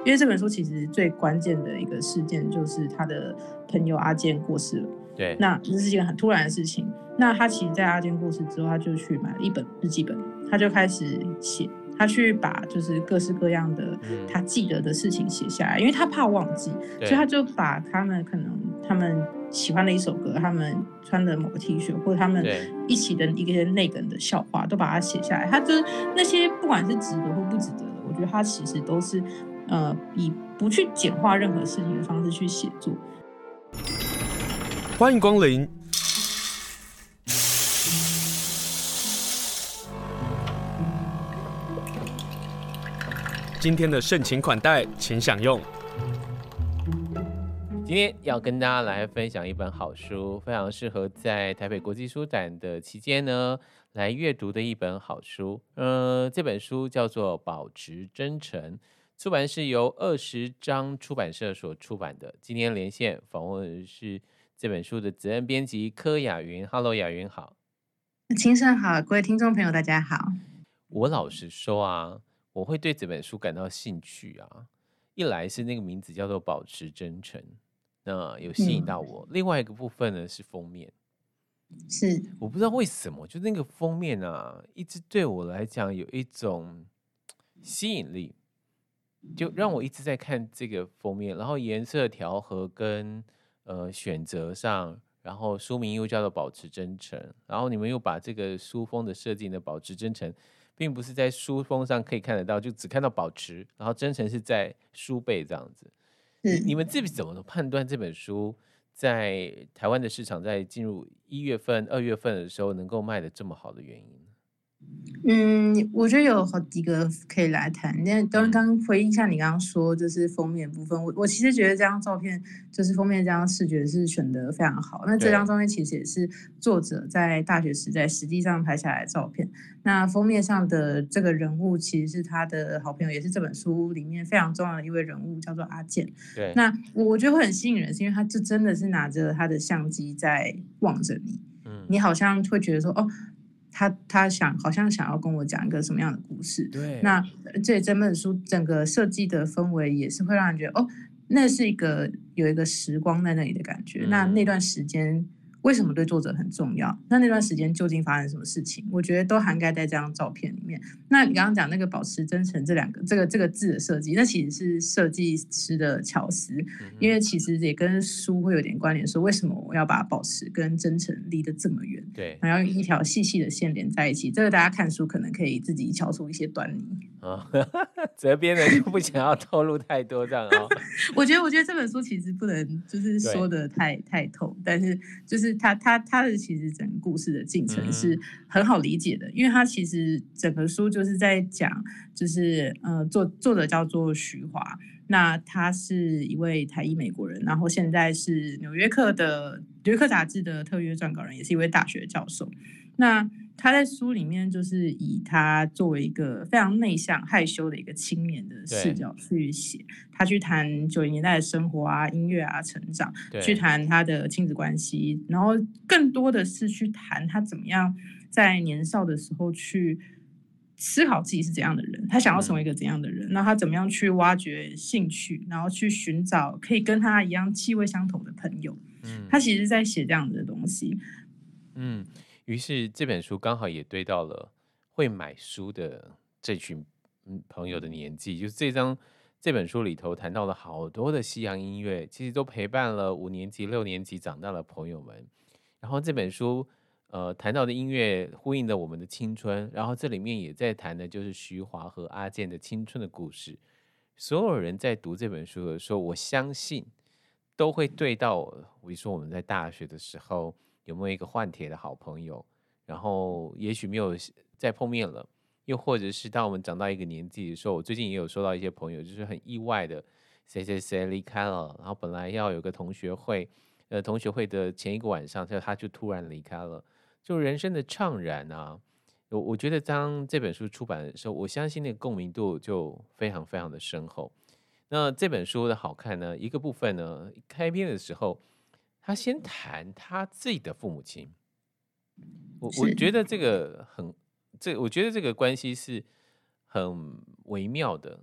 因为这本书其实最关键的一个事件就是他的朋友阿健过世了。 对， 那这是一个很突然的事情。那他其实，在阿健过世之后，他就去买了一本日记本，他就开始写，他去把就是各式各样的他记得的事情写下来，因为他怕忘记，所以他就把他们喜欢的一首歌，他们穿的某个 T 恤，或者他们一起的一个内梗的笑话，都把它写下来。他就是那些不管是值得或不值得的，我觉得他其实都是以不去简化任何事情的方式去写作。 欢迎光临。今天的盛情款待，请享用。 今天要跟大家来分享一本好书，非常适合在台北国际书展的期间呢来阅读的一本好书。这本书叫做《保持真诚》，出版是由20章出版社所出版的。今天连线访问的是这本书的责任编辑柯雅云。Hello， 雅云好。 清盛好，各位听众朋友大家好。 我老实说啊，我会对这本书感到兴趣啊，一来是那个名字叫做保持真诚，那有吸引到我。另外一个部分呢是封面， 是我不知道为什么，就那个封面啊，一直对我来讲有一种吸引力，就让我一直在看这个封面，然后颜色调和跟选择上，然后书名又叫做保持真诚，然后你们又把这个书封的设计呢保持真诚，并不是在书封上可以看得到，就只看到保持，然后真诚是在书背这样子。你们自己怎么判断这本书在台湾的市场在进入1月份、2月份的时候能够卖得这么好的原因？ 我觉得有好几个可以来谈。那刚回应一下你刚刚说就是封面部分，我其实觉得这张照片就是封面这张视觉是选得非常好。那这张照片其实也是作者在大学时代实际上拍下来的照片。那封面上的这个人物其实是他的好朋友，也是这本书里面非常重要的一位人物，叫做阿健。 对， 那我觉得会很吸引人，是因为他就真的是拿着他的相机在望着你，你好像会觉得说哦。他好像想要跟我讲一个什么样的故事？ 对， 那这本书整个设计的氛围也是会让人觉得哦，那是有一个时光在那里的感觉。那段时间为什么对作者很重要？那段时间究竟发生什么事情？我觉得都涵盖在这张照片里面。那你刚刚讲那个保持真诚这个字的设计，那其实是设计师的巧思，因为其实也跟书会有点关联，说为什么我要把保持跟真诚离得这么远？ 对， 然后用一条细细的线连在一起。这个大家看书可能可以自己敲出一些端倪。 责编呢就不想要透露太多这样哦。 我觉得这本书其实不能就是说的太透，但是就是他的其实整个故事的进程是很好理解的，因为他其实整个书就是在讲，就是作者叫做徐华，那他是一位台裔美国人，然后现在是纽约客杂志的特约撰稿人，也是一位大学教授。那他在书里面就是以他作为一个非常内向害羞的一个青年的视角去写，他去谈90年代的生活啊、音乐啊、成长，去谈他的亲子关系，然后更多的是去谈他怎么样在年少的时候去思考自己是怎样的人，他想要成为一个怎样的人，那他怎么样去挖掘兴趣，然后去寻找可以跟他一样气味相同的朋友。他其实在写这样子的东西。 于是这本书刚好也对到了会买书的这群朋友的年纪，就是这本书里头谈到了好多的西洋音乐，其实都陪伴了5年级、6年级长大的朋友们。然后这本书谈到的音乐呼应了我们的青春，然后这里面也在谈的就是徐华和阿健的青春的故事。所有人在读这本书的时候，我相信都会对到，比如说我们在大学的时候有没有一个换帖的好朋友，然后也许没有再碰面了，又或者是当我们长到一个年纪的时候，我最近也有收到一些朋友就是很意外的谁谁谁离开了，然后本来要有个同学会的前一个晚上他就突然离开了，就人生的怅然啊。我觉得当这本书出版的时候，我相信那个共鸣度就非常非常的深厚。那这本书的好看呢，一个部分呢，开篇的时候他先谈他自己的父母亲，我觉得我觉得这个关系是很微妙的。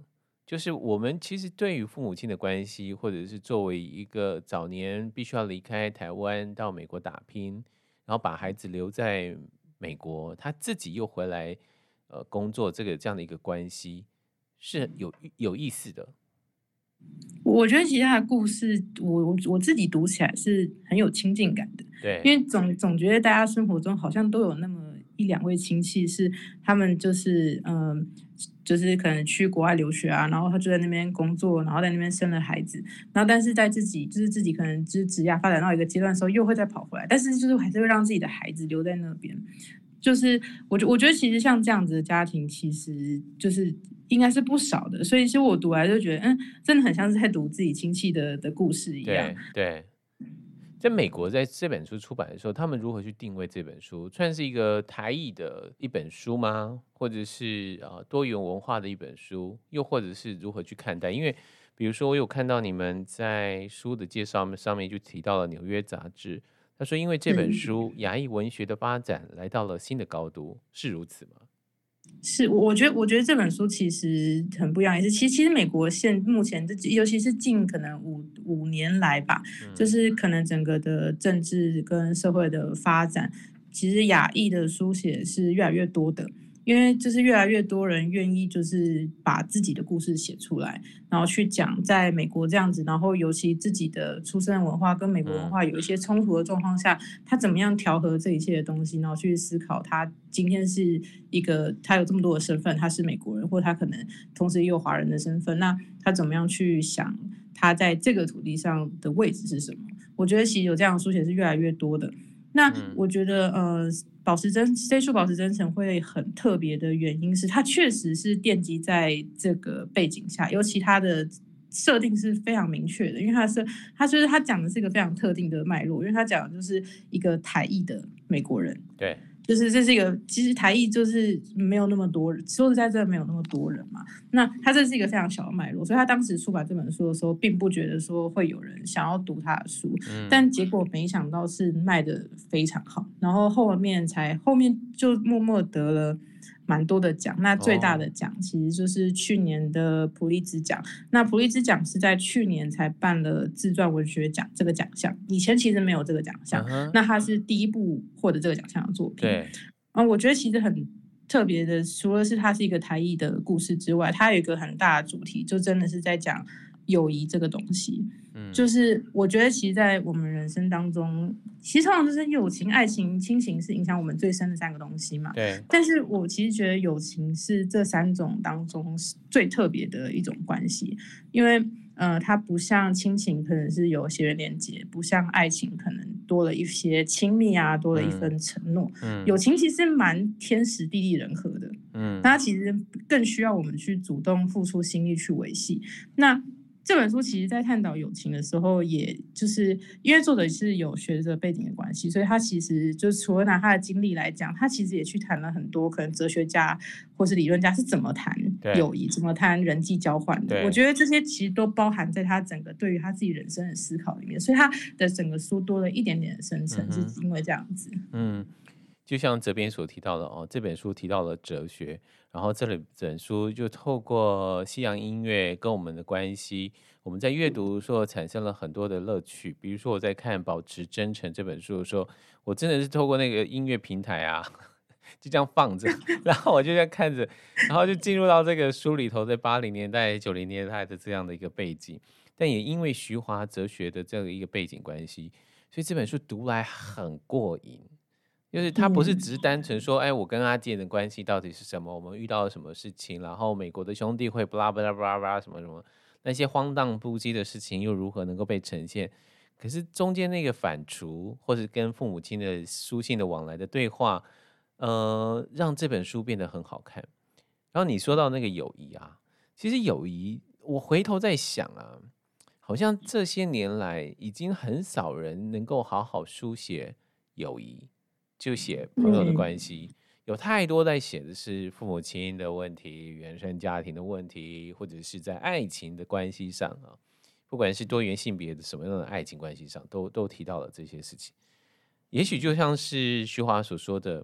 就是我们其实对于父母亲的关系，或者是作为一个早年必须要离开台湾到美国打拼，然后把孩子留在美国，他自己又回来工作，这样的一个关系是有意思的。 我觉得其实他的故事，我自己读起来是很有亲近感的，因对， 为总觉得大家生活中好像都有那么一两位亲戚是他们就是可能去国外留学啊，然后他就在那边工作，然后在那边生了孩子，然后但是在自己可能就是职业发展到一个阶段的时候，又会再跑回来，但是就是还是会让自己的孩子留在那边。就是我觉得其实像这样子的家庭，其实就是应该是不少的，所以其实我读来就觉得，真的很像是在读自己亲戚的故事一样。 对，在美国，在这本书出版的时候，他们如何去定位这本书？算是一个台译的一本书吗？或者是多元文化的一本书？又或者是如何去看待？因为比如说，我有看到你们在书的介绍上面就提到了纽约杂志，他说因为这本书亚裔文学的发展来到了新的高度，是如此吗？ 是，我觉得这本书其实很不一样，也是其实美国目前尤其是近可能五年来吧，就是可能整个的政治跟社会的发展，其实亚裔的书写是越来越多的。因为就是越来越多人愿意就是把自己的故事写出来，然后去讲在美国这样子，然后尤其自己的出生文化跟美国文化有一些冲突的状况下，他怎么样调和这一切的东西，然后去思考他今天是一个他有这么多的身份，他是美国人，或他可能同时也有华人的身份，那他怎么样去想他在这个土地上的位置是什么？我觉得其实有这样的书写是越来越多的。那我觉得这束保持真诚会很特别的原因是，它确实是奠基在这个背景下，尤其它的设定是非常明确的，因为他讲的是一个非常特定的脉络，因为他讲的就是一个台裔的美国人， 对， 就是这是一个，其实台裔就是没有那么多人，说实在，真的没有那么多人嘛。那他这是一个非常小的脉络，所以他当时出版这本书的时候，并不觉得说会有人想要读他的书，但结果没想到是卖得非常好，然后后面就默默得了蛮多的奖。那最大的奖其实就是去年的普利兹奖。那普利兹奖是在去年才办了自传文学奖这个奖项，以前其实没有这个奖项。那他是第一部获得这个奖项的作品。 对， 我觉得其实很特别的，除了是它是一个台裔的故事之外，它有一个很大的主题，就真的是在讲友谊这个东西。就是我觉得其实在我们人生当中，其实通常就是友情、爱情、亲情是影响我们最深的三个东西嘛。 对， 但是我其实觉得友情是这三种当中最特别的一种关系，因为它不像亲情可能是有血缘连结，不像爱情可能多了一些亲密啊，多了一份承诺。友情其实蛮天时地利人和的，它其实更需要我们去主动付出心力去维系。那这本书其实在探讨友情的时候，也就是因为作者是有学者背景的关系，所以他其实就除了拿他的经历来讲，他其实也去谈了很多可能哲学家或是理论家是怎么谈友谊，怎么谈人际交换的。我觉得这些其实都包含在他整个对于他自己人生的思考里面，所以他的整个书多了一点点的深层，是因为这样子。 就像这边所提到的这本书提到了哲学，然后这本书就透过西洋音乐跟我们的关系，我们在阅读的时候产生了很多的乐趣。比如说我在看《保持真诚》这本书的时候，我真的是透过那个音乐平台啊，就这样放着，然后我就这样看着，然后就进入到这个书里头，在80年代、90年代的这样的一个背景。但也因为徐华哲学的这个一个背景关系，所以这本书读来很过瘾。就是他不是只是单纯说，我跟阿健的关系到底是什么？我们遇到了什么事情？然后美国的兄弟会巴拉巴拉巴拉什么什么，那些荒诞不羁的事情又如何能够被呈现？可是中间那个反刍，或是跟父母亲的书信的往来的对话，让这本书变得很好看。然后你说到那个友谊啊，其实友谊，我回头在想啊，好像这些年来已经很少人能够好好书写友谊。就写朋友的关系，有太多在写的是父母亲的问题、原生家庭的问题，或者是在爱情的关系上啊，不管是多元性别的什么样的爱情关系上，都提到了这些事情。也许就像是徐华所说的，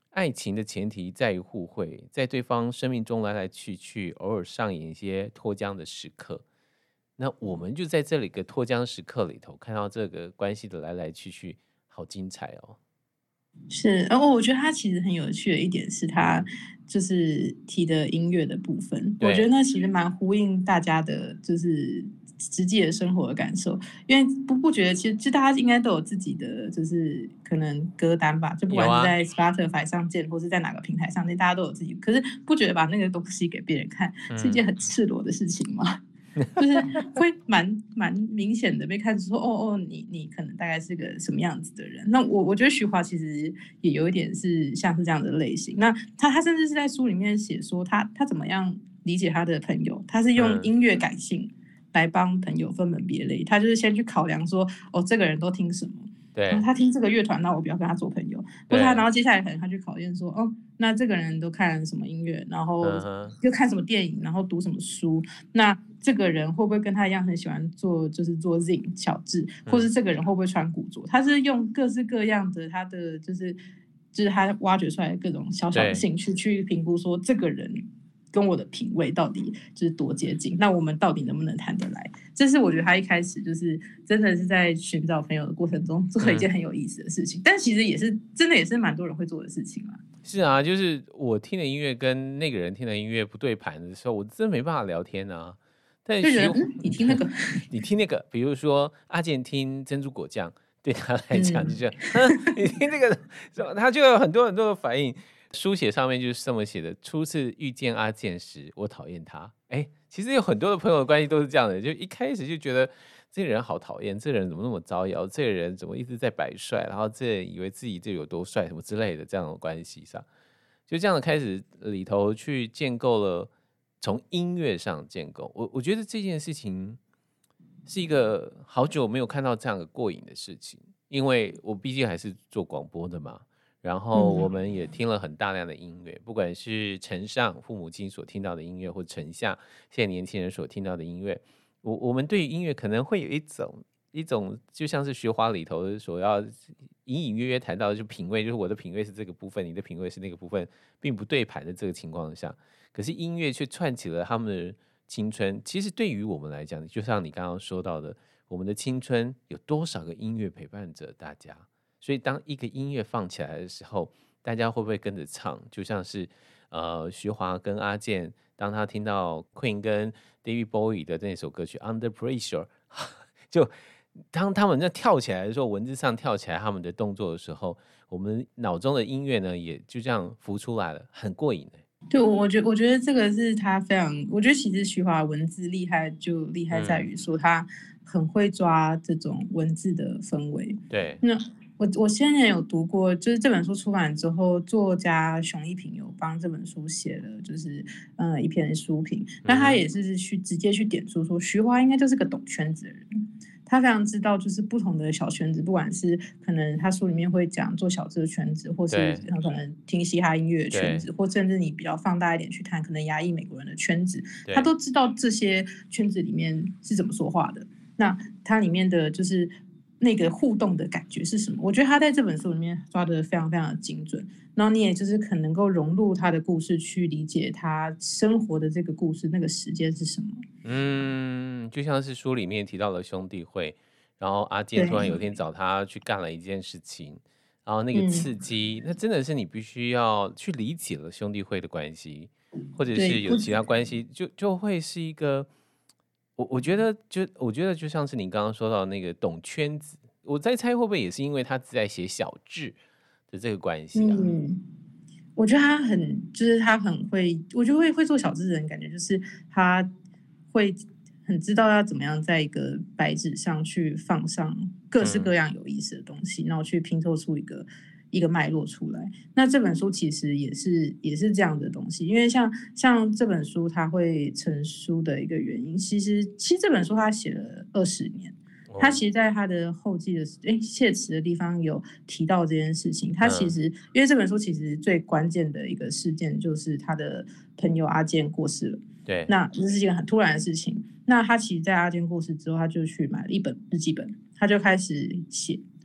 爱情的前提在于互惠，在对方生命中来来去去，偶尔上演一些脱缰的时刻。那我们就在这里个脱缰时刻里头，看到这个关系的来来去去，好精彩哦。 是，然后我觉得他其实很有趣的一点是他就是提的音乐的部分，我觉得对， 那其实蛮呼应大家的，就是实际的生活的感受，因为不觉得其实就大家应该都有自己的就是可能歌单吧，就不有啊， 管是在 Spotify 上见，或是在哪个平台上见，大家都有自己，可是不觉得把那个东西给别人看是一件很赤裸的事情吗？就是会蛮明显的被看出说，你可能大概是个什么样子的人。那我觉得徐华其实也有一点是像是这样的类型。那他甚至是在书里面写说他怎么样理解他的朋友，他是用音乐感性来帮朋友分门别类。他就是先去考量说，这个人都听什么。 对他听这个乐团，那我不要跟他做朋友。或者然后接下来可能他去考验说，那这个人都看什么音乐，然后又看什么电影，然后读什么书。那这个人会不会跟他一样很喜欢做zine 小志，或是这个人会不会穿古着？他是用各式各样的他的就是他挖掘出来的各种小小的兴趣去评估说这个人跟我的品味到底就是多接近，那我们到底能不能谈得来？这是我觉得他一开始就是真的是在寻找朋友的过程中做了一件很有意思的事情，但其实也是真的也是蛮多人会做的事情啦。 是啊，就是我听的音乐跟那个人听的音乐不对盘的时候，我真没办法聊天啊。但就觉得你听那个， 你听那个，比如说阿健听珍珠果酱，对他来讲就这样，你听这个，他就有很多很多的反应。书写上面就是这么写的：初次遇见阿健时，我讨厌他。其实有很多的朋友的关系都是这样的，就一开始就觉得这个人好讨厌，这个人怎么那么招摇，这个人怎么一直在摆帅，然后这以为自己这有多帅什么之类的，这样的关系上，就这样的开始里头去建构了。从音乐上建构，我觉得这件事情是一个好久没有看到这样的过瘾的事情，因为我毕竟还是做广播的嘛，然后我们也听了很大量的音乐，不管是承上父母亲所听到的音乐，或承下现在年轻人所听到的音乐，我们对于音乐可能会有一种就像是学华里头所要隐隐约约谈到的，就品味，就是我的品味是这个部分，你的品味是那个部分，并不对盘的这个情况下。可是音乐却串起了他们的青春。其实对于我们来讲，就像你刚刚说到的，我们的青春有多少个音乐陪伴着大家？所以当一个音乐放起来的时候，大家会不会跟着唱？就像是徐华跟阿健，当他听到 Queen 跟 David Bowie 的那首歌曲《Under Pressure》，就当他们在跳起来的时候，文字上跳起来他们的动作的时候，我们脑中的音乐呢，也就这样浮出来了，很过瘾的。 对，我觉得这个是他非常，我觉得其实徐华文字厉害就厉害在于说他很会抓这种文字的氛围。 对， 那我先前有读过，就是这本书出版之后，作家熊一平有帮这本书写了，就是一篇书评。那他也是直接去点出说，徐华应该就是个懂圈子的人。他非常知道，就是不同的小圈子，不管是可能他书里面会讲做小资的圈子，或是可能听嘻哈音乐的圈子，或甚至你比较放大一点去谈可能亚裔美国人的圈子，他都知道这些圈子里面是怎么说话的。那它里面的就是那个互动的感觉是什么？我觉得他在这本书里面抓得非常非常的精准，然后你也就是很能够融入他的故事，去理解他生活的这个故事那个时间是什么。 就像是书里面提到了兄弟会，然后阿健突然有一天找他去干了一件事情，然后那个刺激，那真的是你必须要去理解了兄弟会的关系，或者是有其他关系，就会是一个，我觉得就像是你刚刚说到那个懂圈子，我在猜会不会也是因为他在写小志的这个关系啊？ 我觉得他就是他很会，我觉得会做小志的人，感觉就是他会很知道要怎么样在一个白纸上去放上各式各样有意思的东西，然后去拼凑出一个脉络出来。那这本书其实也是这样的东西，因为像这本书它会成书的一个原因，其实这本书他写了20年。他其实在他的后记的谢词的地方有提到这件事情。他其实因为这本书其实最关键的一个事件就是他的朋友阿健过世了。 对， 那这是一个很突然的事情。那他其实在阿健过世之后，他就去买了一本日记本，他就开始写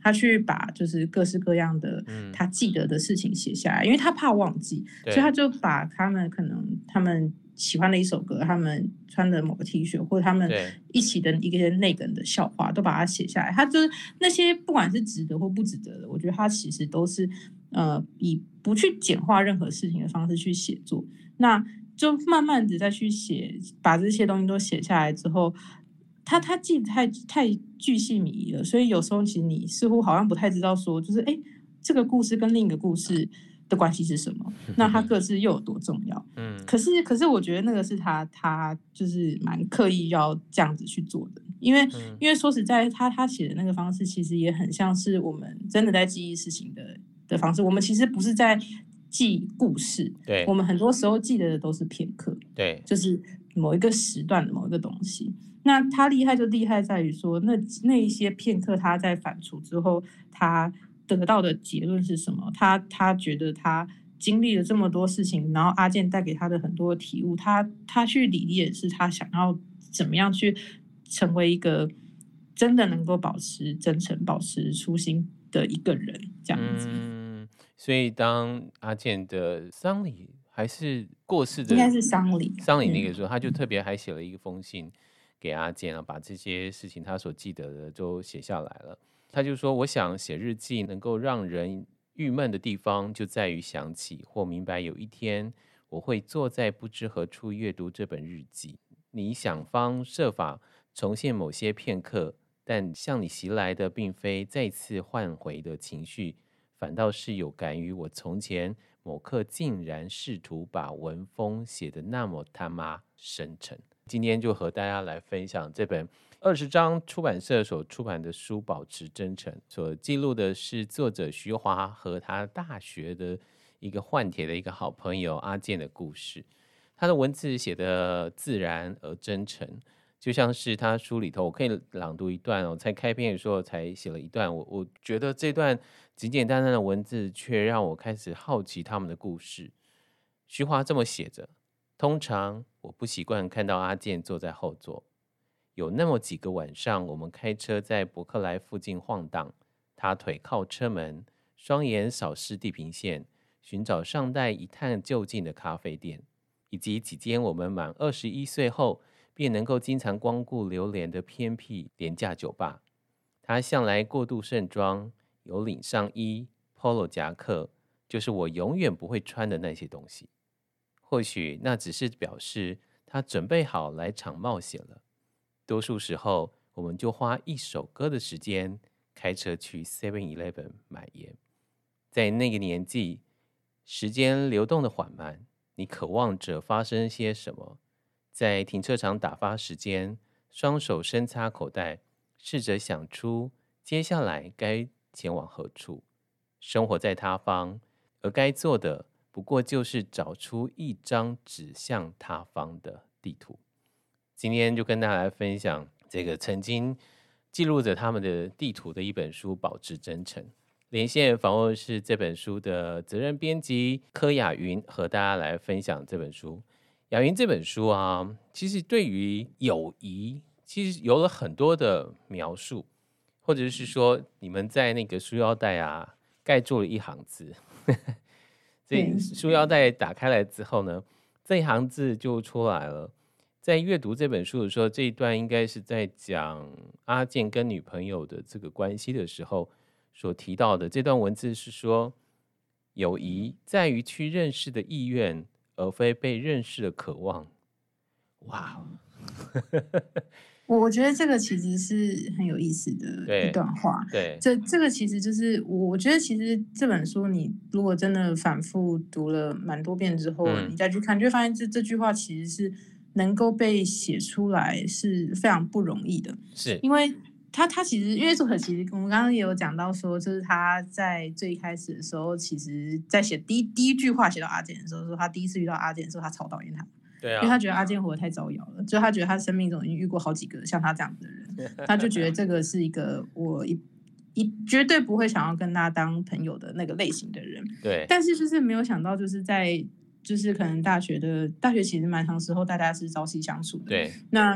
他去把就是各式各样的他记得的事情写下来，因为他怕忘记，所以他就把他们可能他们喜欢的一首歌，他们穿的某个 T 恤，或者他们一起的一个内梗的笑话，都把它写下来。他就是那些不管是值得或不值得的，我觉得他其实都是以不去简化任何事情的方式去写作，那就慢慢的再去写，把这些东西都写下来之后，他记得太巨细靡遗了，所以有时候其实你似乎好像不太知道说，就是这个故事跟另一个故事的关系是什么？那它各自又有多重要？可是我觉得那个是他就是蛮刻意要这样子去做的，因为说实在，他写的那个方式其实也很像是我们真的在记忆事情的方式。我们其实不是在记故事， 对， 我们很多时候记得的都是片刻， 对， 就是某一个时段的某一个东西。那他厉害就厉害在于说，那一些片刻他在反刍之后，他得到的结论是什么？他觉得他经历了这么多事情，然后阿健带给他的很多体悟，他去理解是他想要怎么样去成为一个真的能够保持真诚、保持初心的一个人，这样子。 所以当阿健的丧礼还是过世的， 应该是丧礼那个时候，他就特别还写了一封信给阿健，把这些事情他所记得的都写下来了。他就说，我想写日记能够让人郁闷的地方，就在于想起或明白有一天我会坐在不知何处阅读这本日记。你想方设法重现某些片刻，但向你袭来的并非再次唤回的情绪，反倒是有感于我从前某刻竟然试图把文风写得那么他妈深沉。今天就和大家来分享这本20章出版社所出版的书《保持真诚》，所记录的是作者徐华和他大学的一个换帖的一个好朋友阿健的故事。他的文字写得自然而真诚，就像是他书里头，我可以朗读一段哦，在开篇的时候才写了一段，我觉得这段简简单单的文字却让我开始好奇他们的故事。徐华这么写着：通常我不习惯看到阿健坐在后座，有那么几个晚上，我们开车在伯克莱附近晃荡，他腿靠车门，双眼扫视地平线，寻找尚待一探究竟的咖啡店，以及几间我们满21岁后便能够经常光顾流连的偏僻廉价酒吧。他向来过度盛装，有领上衣、polo 夹克，就是我永远不会穿的那些东西。或许那只是表示他准备好来场冒险了。多数时候，我们就花1首歌的时间开车去 7-Eleven 买烟。在那个年纪，时间流动的缓慢，你渴望着发生些什么。在停车场打发时间，双手伸插口袋，试着想出接下来该前往何处。生活在他方，而该做的不过就是找出一张指向他方的地图。今天就跟大家来分享这个曾经记录着他们的地图的一本书《保持真诚》。连线访问是这本书的责任编辑柯雅云，和大家来分享这本书。雅云这本书啊，其实对于友谊其实有了很多的描述，或者是说你们在那个书腰带啊盖住了一行字这书腰带打开来之后呢，这一行字就出来了。在阅读这本书的时候，这一段应该是在讲阿健跟女朋友的这个关系的时候所提到的。这段文字是说，友谊在于去认识的意愿，而非被认识的渴望。哇， 我觉得这个其实是很有意思的一段话。 对， 这个其实就是我觉得其实这本书你如果真的反复读了蛮多遍之后，你再去看，就会发现这句话其实是能够被写出来是非常不容易的。 是因为他其实因为作者其实我们刚刚也有讲到说，就是他在最一开始的时候，其实在写第一句话写到阿健的时候，说他第一次遇到阿健的时候，他超讨厌他。 对啊， 因为他觉得阿健活得太招摇了，就他觉得他生命中已经遇过好几个像他这样子的人，他就觉得这个是一个我绝对不会想要跟他当朋友的那个类型的人。 对， 但是就是没有想到，就是可能大学其实蛮长时候大家是朝夕相处的。 对， 那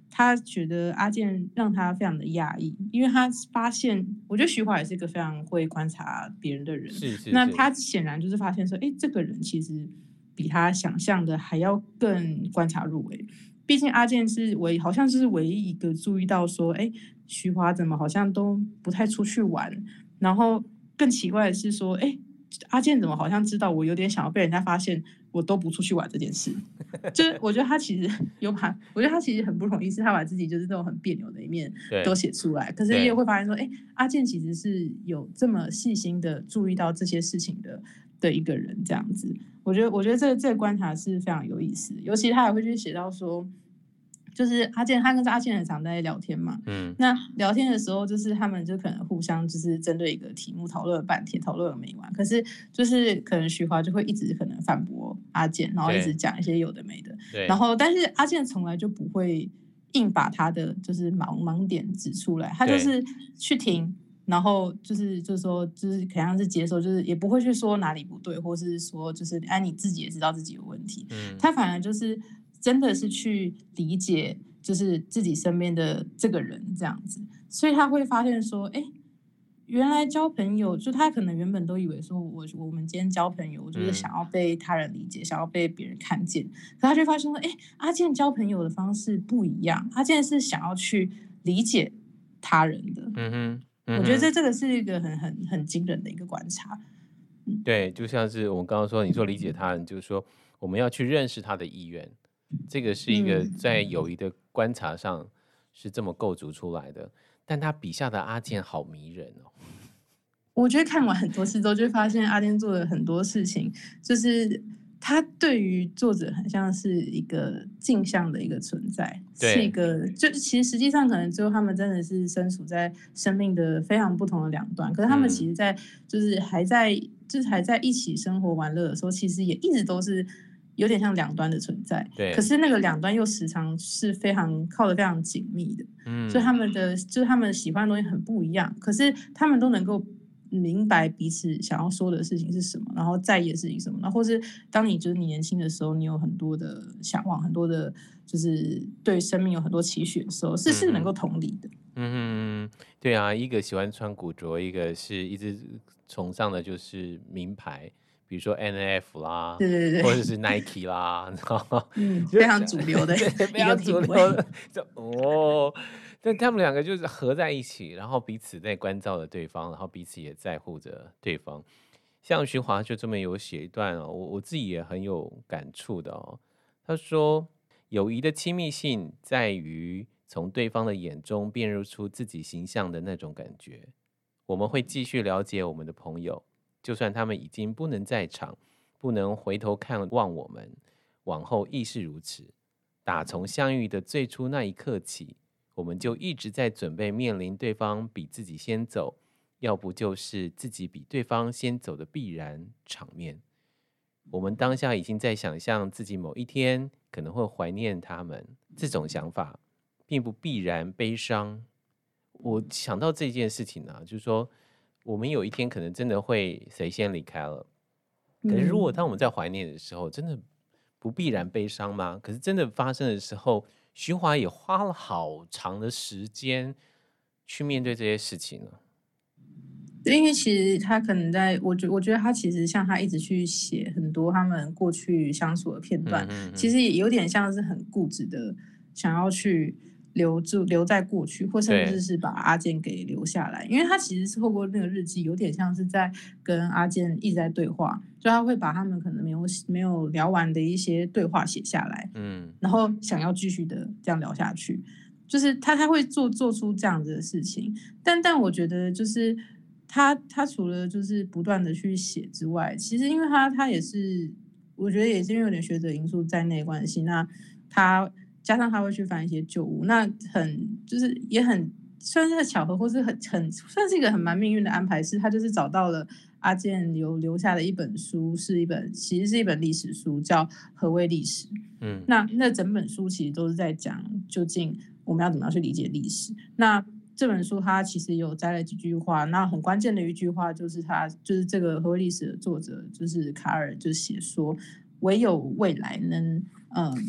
他觉得阿健让他非常的压抑，因为他发现，我觉得徐华也是一个非常会观察别人的人。那他显然就是发现说，哎，这个人其实比他想象的还要更观察入微。毕竟阿健好像是唯一一个注意到说，哎，徐华怎么好像都不太出去玩，然后更奇怪的是说，哎，阿健怎么好像知道我有点想要被人家发现我都不出去玩这件事。就是我觉得他其实我觉得他其实很不容易，是他把自己就是那种很别扭的一面都写出来，可是也会发现说，哎，阿健其实是有这么细心的注意到这些事情的一个人，这样子。我觉得这个观察是非常有意思的，尤其他还会去写到说，就是他跟阿健很常在聊天嘛，那聊天的时候，就是他们就可能互相就是针对一个题目讨论了半天，讨论了没完。可是就是可能徐华就会一直可能反驳阿健，然后一直讲一些有的没的，然后但是阿健从来就不会硬把他的就是盲点指出来，他就是去听。然后就是说，就是可能是接受，就是也不会去说哪里不对，或是说就是你自己也知道自己有问题。他反而就是真的是去理解，就是自己身边的这个人这样子，所以他会发现说，哎，原来交朋友，就他可能原本都以为说我们今天交朋友，就是想要被他人理解，想要被别人看见，可他就发现说，哎，阿健交朋友的方式不一样，阿健是想要去理解他人的。我觉得这个是一个很惊人的一个观察。 对，就像是我们刚刚说，你说理解他人，就是说我们要去认识他的意愿，这个是一个在友谊的观察上是这么构筑出来的。但他笔下的阿健好迷人哦。 我觉得看完很多次之后，就会发现阿健做的很多事情，就是他对于作者很像是一个镜像的一个存在，是一个就其实实际上可能最后他们真的是身处在生命的非常不同的两端，可是他们其实在就是还在一起生活玩乐的时候，其实也一直都是有点像两端的存在。 对， 可是那个两端又时常是靠得非常紧密的。所以他们喜欢的东西很不一样，可是他们都能够明白彼此想要说的事情是什么，然后在意的事情是什么，然后或是当你年轻的时候，你有很多的向往，很多的就是对生命有很多期许的时候，是能够同理的。 对啊，一个喜欢穿古着，一个是一直崇尚的就是名牌，比如说 NF 啦， 对， 或者是 Nike 啦， 非常主流的非常主流的但他们两个就是合在一起，然后彼此在关照着对方，然后彼此也在乎着对方。像徐华就这么有写一段我自己也很有感触的哦。他说，友谊的亲密性在于从对方的眼中辨认出自己形象的那种感觉。我们会继续了解我们的朋友，就算他们已经不能在场，不能回头看望我们，往后亦是如此。打从相遇的最初那一刻起，我们就一直在准备面临对方比自己先走，要不就是自己比对方先走的必然场面。我们当下已经在想象自己某一天可能会怀念他们，这种想法并不必然悲伤。我想到这件事情呢，就是说我们有一天可能真的会谁先离开了，可是如果当我们在怀念的时候，真的不必然悲伤吗？可是真的发生的时候，徐华也花了好长的时间去面对这些事情呢。 因为其实他可能我觉得他其实像他一直去写很多他们过去相处的片段，其实也有点像是很固执的想要去留在过去，或甚至是把阿健给留下来。因为他其实是透过那个日记，有点像是在跟阿健一直在对话，就他会把他们可能没有聊完的一些对话写下来，然后想要继续的这样聊下去，就是他会做出这样子的事情。但我觉得就是他除了就是不断的去写之外，其实因为他也是，我觉得也是因为有点学者因素在内关系，那他加上他会去翻一些旧物，那就是也很算是巧合，或是很算是一个很蛮命运的安排，是他就是找到了阿健留下的一本书，其实是一本历史书，叫《何谓历史》。那整本书其实都是在讲究竟我们要怎么样去理解历史。那这本书它其实有摘了几句话，那很关键的一句话就是这个何谓历史的作者就是卡尔就写说，唯有未来能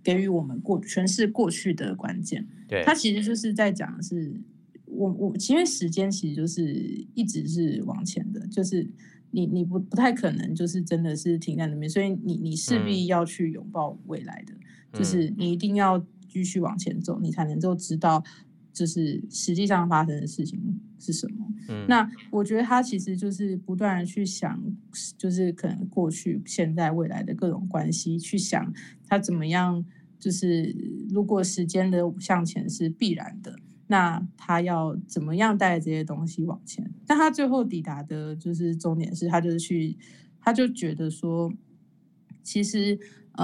给予我们诠释过去的关键。 对， 它其实就是在讲的是因为时间其实就是一直是往前的，就是你不太可能就是真的是停在那边，所以你势必要去拥抱未来的，就是你一定要继续往前走，你才能够知道就是实际上发生的事情是什么。那我觉得他其实就是不断的去想，就是可能过去、现在、未来的各种关系，去想他怎么样，就是如果时间的向前是必然的，那他要怎么样带这些东西往前？但他最后抵达的就是终点是，他就觉得说，其实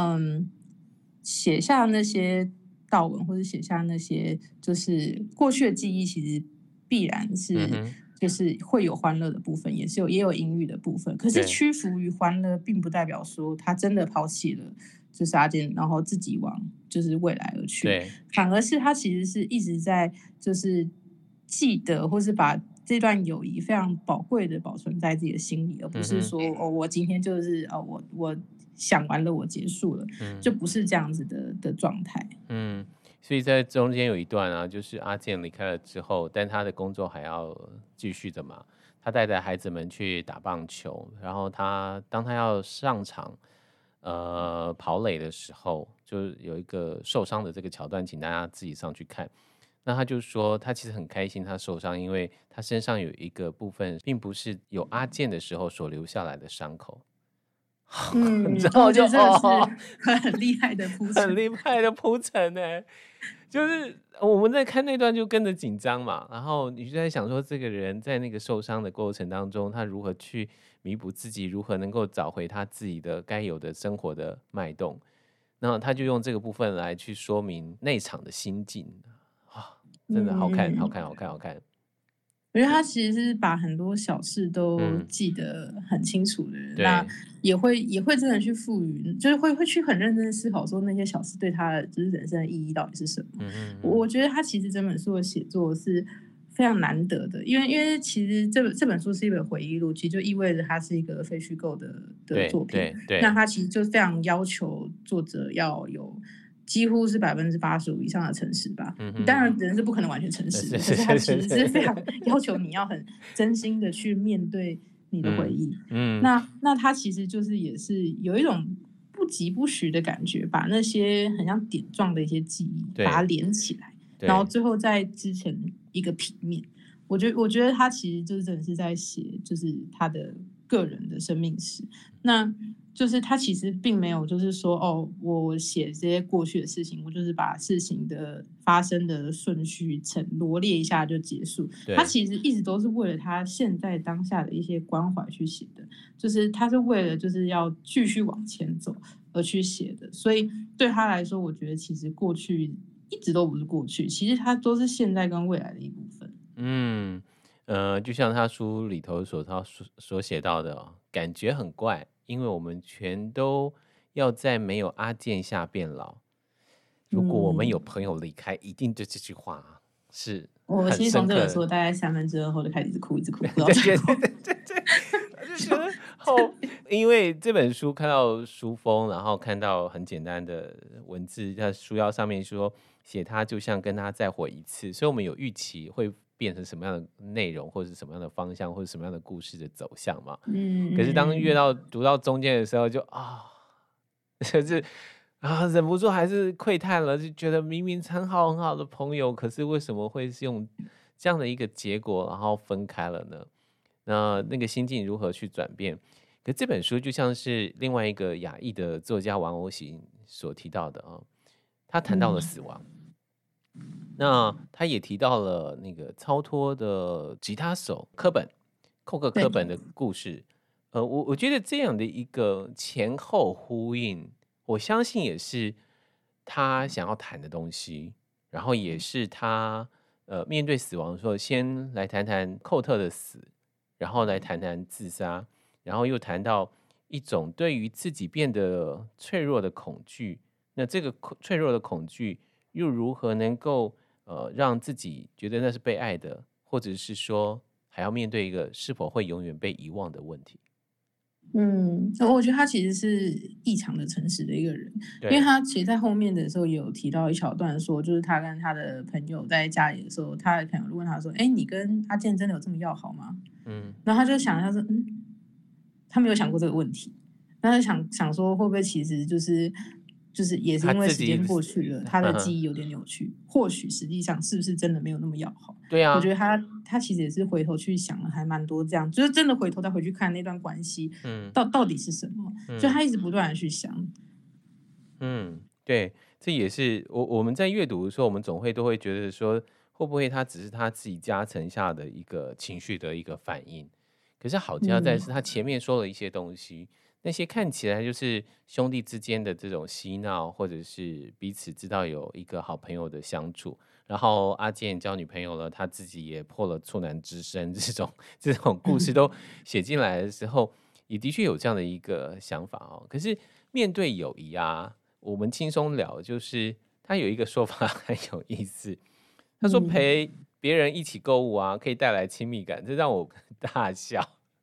写下那些悼文或者写下那些就是过去的记忆，其实必然是就是会有欢乐的部分，也有阴郁的部分。可是屈服于欢乐，并不代表说他真的抛弃了就是阿健，然后自己往就是未来而去。反而是他其实是一直在就是记得，或是把这段友谊非常宝贵的保存在自己的心里，而不是说我今天就是我想完了，我结束了，就不是这样子的状态。 所以在中间有一段啊，就是阿健离开了之后，但他的工作还要继续的嘛。他带着孩子们去打棒球，然后当他要上场跑垒的时候，就有一个受伤的这个桥段，请大家自己上去看。那他就说他其实很开心他受伤，因为他身上有一个部分并不是有阿健的时候所留下来的伤口。 然后就真的是很厉害的铺陈， 很厉害的铺陈呢。就是我们在看那段就跟着紧张嘛，然后你就在想说，这个人在那个受伤的过程当中，他如何去弥补自己，如何能够找回他自己的该有的生活的脉动。那他就用这个部分来去说明那场的心境啊，真的好看，好看，好看，好看。 我觉得他其实是把很多小事都记得很清楚的人，那也会真的去赋予，就是会去很认真的思考说那些小事对他的就是人生的意义到底是什么。我觉得他其实这本书的写作是非常难得的，因为其实这本书是一本回忆录，其实就意味着它是一个非虚构的作品。那他其实就非常要求作者要有几乎是85%以上的诚实吧。当然人是不可能完全诚实的，可是他其实是非常要求你要很真心的去面对你的回忆。那他其实就是也是有一种不疾不徐的感觉，把那些很像点状的一些记忆把它连起来，然后最后再织成一个平面。我觉得他其实就是真的是在写就是他的个人的生命史。那就是他其实并没有就是说我写这些过去的事情，我就是把事情的发生的顺序罗列一下就结束。他其实一直都是为了他现在当下的一些关怀去写的，就是他是为了就是要继续往前走而去写的。所以对他来说，我觉得其实过去一直都不是过去，其实它都是现在跟未来的一部分。 就像他书里头所写到的，感觉很怪，因为我们全都要在没有阿健下变老。如果我们有朋友离开，一定对这句话是我其实从这本书大概2/3后就开始一直哭，哭到最后。 就觉得因为这本书看到书封，然后看到很简单的文字，在书腰上面说写他就像跟他再活一次，所以我们有预期会变成什么样的内容，或者是什么样的方向，或者什么样的故事的走向嘛。可是当读到中间的时候就就是忍不住还是喟叹了，就觉得明明很好很好的朋友，可是为什么会是用这样的一个结果然后分开了呢？那个心境如何去转变？可这本书就像是另外一个亚裔的作家王欧行所提到的他谈到了死亡。那他也提到了那个超脱的吉他手寇克科本的故事。我觉得这样的一个前后呼应，我相信也是他想要谈的东西，然后也是他面对死亡的时候，先来谈谈寇特的死，然后来谈谈自杀，然后又谈到一种对于自己变得脆弱的恐惧。那这个脆弱的恐惧又如何能够让自己觉得那是被爱的，或者是说还要面对一个是否会永远被遗忘的问题？ 我觉得他其实是异常的诚实的一个人，因为他其实，在后面的时候也有提到一小段说，就是他跟他的朋友在家里的时候，他的朋友问他说：“哎，你跟阿健真的有这么要好吗？”然后他就想，他说：“他没有想过这个问题。”那他想说，会不会其实就是也是因为时间过去了，他的记忆有点扭曲，或许实际上是不是真的没有那么要好？ 对啊， 我觉得他其实也是回头去想了还蛮多，这样就是真的回头再回去看那段关系，到底是什么？就他一直不断的去想。 对，这也是我们在阅读的时候，我们总都会觉得说，会不会他只是他自己加成下的一个情绪的一个反应？可是好家在是他前面说了一些东西，那些看起来就是兄弟之间的这种嬉闹，或者是彼此知道有一个好朋友的相处。然后阿健交女朋友了，他自己也破了处男之身，这种故事都写进来的时候，也的确有这样的一个想法哦。可是面对友谊啊，我们轻松聊，就是他有一个说法很有意思，他说陪别人一起购物啊，可以带来亲密感，这让我大笑。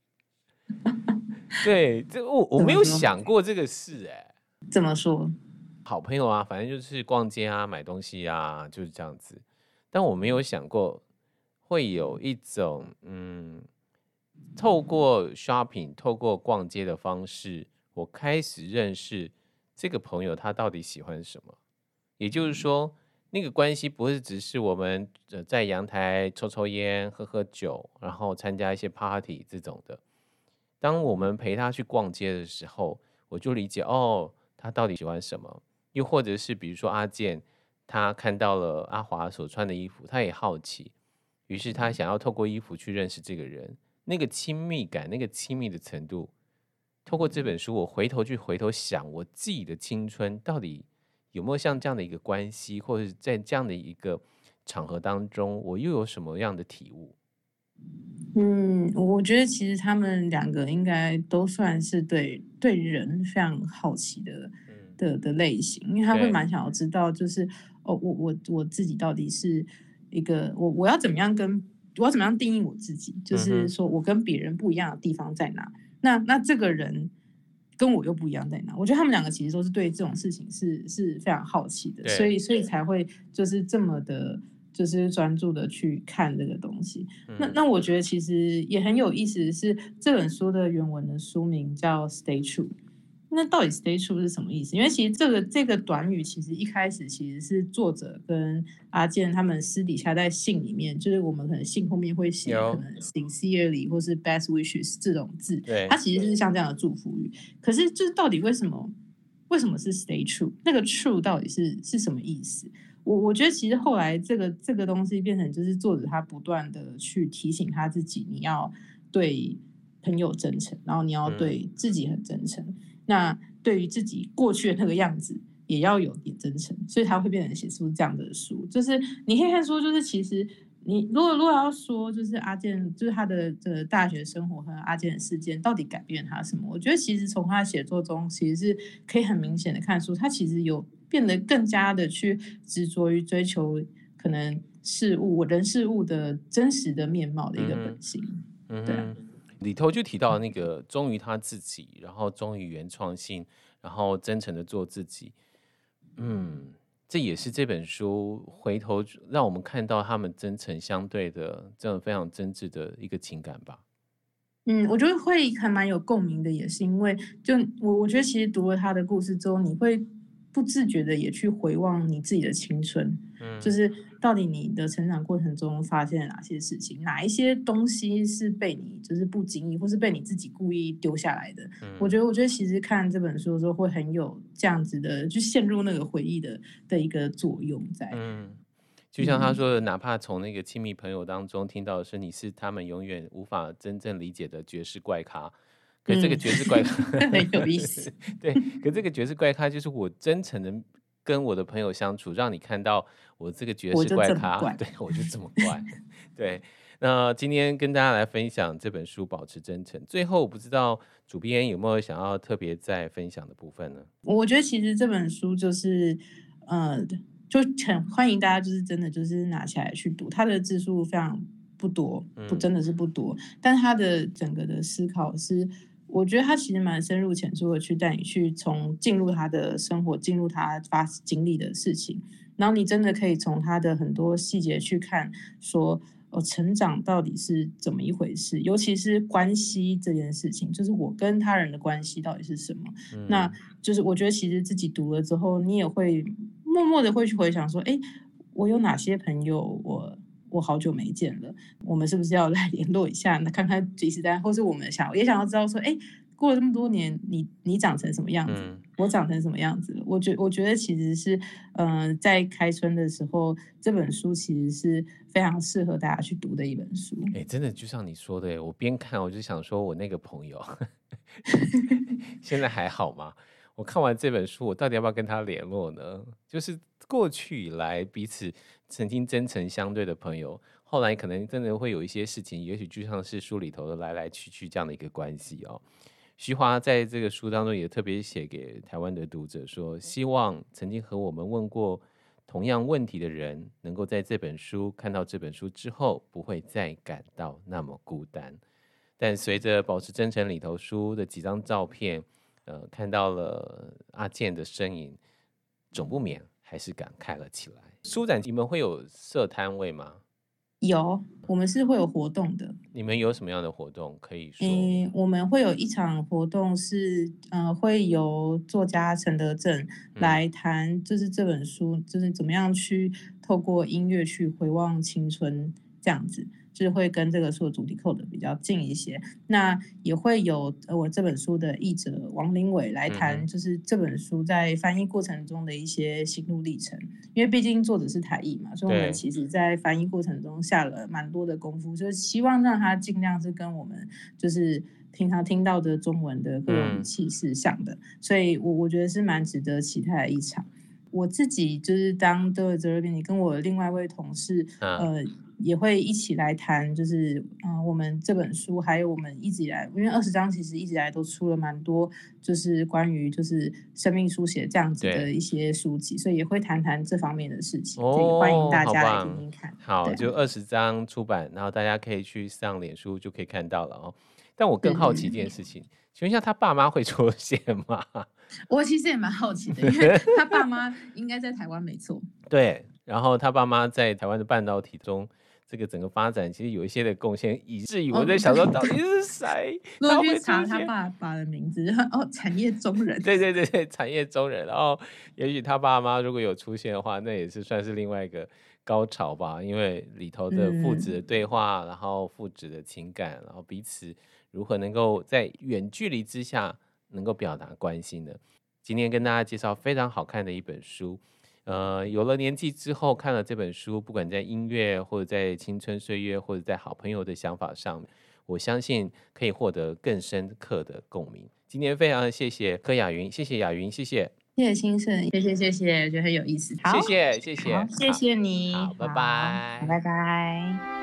对，这我没有想过这个事怎么说？ 好朋友啊，反正就是逛街啊、买东西啊，就是这样子。但我没有想过会有一种透过 shopping、透过逛街的方式，我开始认识这个朋友他到底喜欢什么。也就是说，那个关系不是只是我们在阳台抽抽烟、喝喝酒，然后参加一些 party 这种的。当我们陪他去逛街的时候，我就理解他到底喜欢什么。又或者是比如说阿健，他看到了阿华所穿的衣服，他也好奇，于是他想要透过衣服去认识这个人，那个亲密感，那个亲密的程度，透过这本书，我回头想我自己的青春到底有没有像这样的一个关系，或者是在这样的一个场合当中，我又有什么样的体悟？ 我觉得其实他们两个应该都算是对人非常好奇的类型，因为他会蛮想要知道，就是我自己到底是一个我要怎么样定义我自己，就是说我跟别人不一样的地方在哪？那这个人跟我又不一样在哪？我觉得他们两个其实都是对这种事情是非常好奇的，所以才会就是这么的。就是专注的去看这个东西，那我觉得其实也很有意思，是这本书的原文的书名叫 Stay True。那到底 Stay True 是什么意思？因为其实这个短语其实一开始其实是作者跟阿健他们私底下在信里面，就是我们可能信后面会写可能 sincerely 或是 best wishes 这种字，它其实是像这样的祝福语。可是就是到底为什么是 Stay True？ 那个 True 到底是什么意思？我觉得其实后来这个东西变成就是作者他不断的去提醒他自己，你要对朋友真诚，然后你要对自己很真诚，那对于自己过去的那个样子也要有点真诚，所以他会变成写出这样的书。就是你可以看说，就是其实你如果要说，就是阿健就是他的这个大学生活和阿健的事件到底改变他什么？我觉得其实从他的写作中，其实是可以很明显的看出，他其实有变得更加的去执着于追求可能人事物的真实的面貌的一个本性。对啊， 里头就提到那个忠于他自己，然后忠于原创性，然后真诚的做自己。这也是这本书回头让我们看到他们真诚相对的这种非常真挚的一个情感吧。 我觉得会还蛮有共鸣的，也是因为就我觉得其实读了他的故事之后，你会不自觉的也去回望你自己的青春，就是到底你的成长过程中发现了哪些事情，哪一些东西是被你就是不经意或是被你自己故意丢下来的。我觉得其实看这本书的时候会很有这样子的，就陷入那个回忆的一个作用在。 就像他说的，哪怕从那个亲密朋友当中听到的是你是他们永远无法真正理解的绝世怪咖，可这个绝世怪咖很有意思。 对，可这个绝世怪咖就是我真诚的跟我的朋友相处，让你看到我这个绝世怪咖，对，我就这么怪。对，那今天跟大家来分享这本书《保持真诚》。最后，我不知道主编有没有想要特别再分享的部分呢？ 我觉得其实这本书就是就很欢迎大家就是真的就是拿起来去读，它的字数非常不多，真的是不多，但它的整个的思考是我觉得他其实蛮深入浅出的去带你去进入他的生活，进入他经历的事情，然后你真的可以从他的很多细节去看说成长到底是怎么一回事，尤其是关系这件事情，就是我跟他人的关系到底是什么。那就是我觉得其实自己读了之后，你也会默默的会去回想说，我有哪些朋友我好久没见了，我们是不是要来联络一下，看看即时单，或是我们也想要知道说，过了这么多年，你长成什么样子，我长成什么样子了？我觉得其实是，在开春的时候，这本书其实是非常适合大家去读的一本书。 真的就像你说的，我边看我就想说，我那个朋友现在还好吗？我看完这本书，我到底要不要跟他联络呢？就是过去以来彼此曾经真诚相对的朋友，后来可能真的会有一些事情，也许就像是书里头的来来去去这样的一个关系哦。徐华在这个书当中也特别写给台湾的读者说，希望曾经和我们问过同样问题的人，能够在这本书看到这本书之后，不会再感到那么孤单。但随着保持真诚里头书的几张照片，看到了阿健的身影，总不免还是感慨了起来。书展你们会有设摊位吗？ 有，我们是会有活动的。 你们有什么样的活动可以说？ 我们会有一场活动是，会由作家陈德正来谈，就是这本书，就是怎么样去透过音乐去回望青春，这样子，就是会跟这个书的主题扣得比较近一些。那也会有我这本书的译者王林伟来谈，就是这本书在翻译过程中的一些心路历程。因为毕竟作者是台译嘛，所以我们其实在翻译过程中下了蛮多的功夫，就是希望让他尽量是跟我们就是平常听到的中文的各种语气是像的，所以我觉得是蛮值得期待的一场。我自己就是当德尔泽尔宾，跟我另外一位同事，也会一起来谈，就是我们这本书，还有我们一直以来，因为20章其实一直以来都出了蛮多，就是关于就是生命书写这样子的一些书籍，所以也会谈谈这方面的事情，可以欢迎大家来听听看。 好，就20章出版，然后大家可以去上脸书就可以看到了哦。但我更好奇一件事情，请问一下，他爸妈会出现吗？ 我其实也蛮好奇的，因为他爸妈应该在台湾没错。 对，然后他爸妈在台湾的半导体中，这个整个发展其实有一些的贡献，以至于我在想说，到底是谁？ 如果去查他爸爸的名字，产业中人。 对，产业中人。然后，也许他爸妈如果有出现的话，那也是算是另外一个高潮吧，因为里头的父子的对话，然后父子的情感，然后彼此如何能够在远距离之下能够表达关心的。今天跟大家介绍非常好看的一本书。有了年纪之后看了这本书，不管在音乐或者在青春岁月或者在好朋友的想法上，我相信可以获得更深刻的共鸣。今天非常谢谢柯雅云，谢谢雅云，谢谢兴盛，谢谢，觉得很有意思。 谢谢好，谢谢你， 好，拜拜， 拜拜。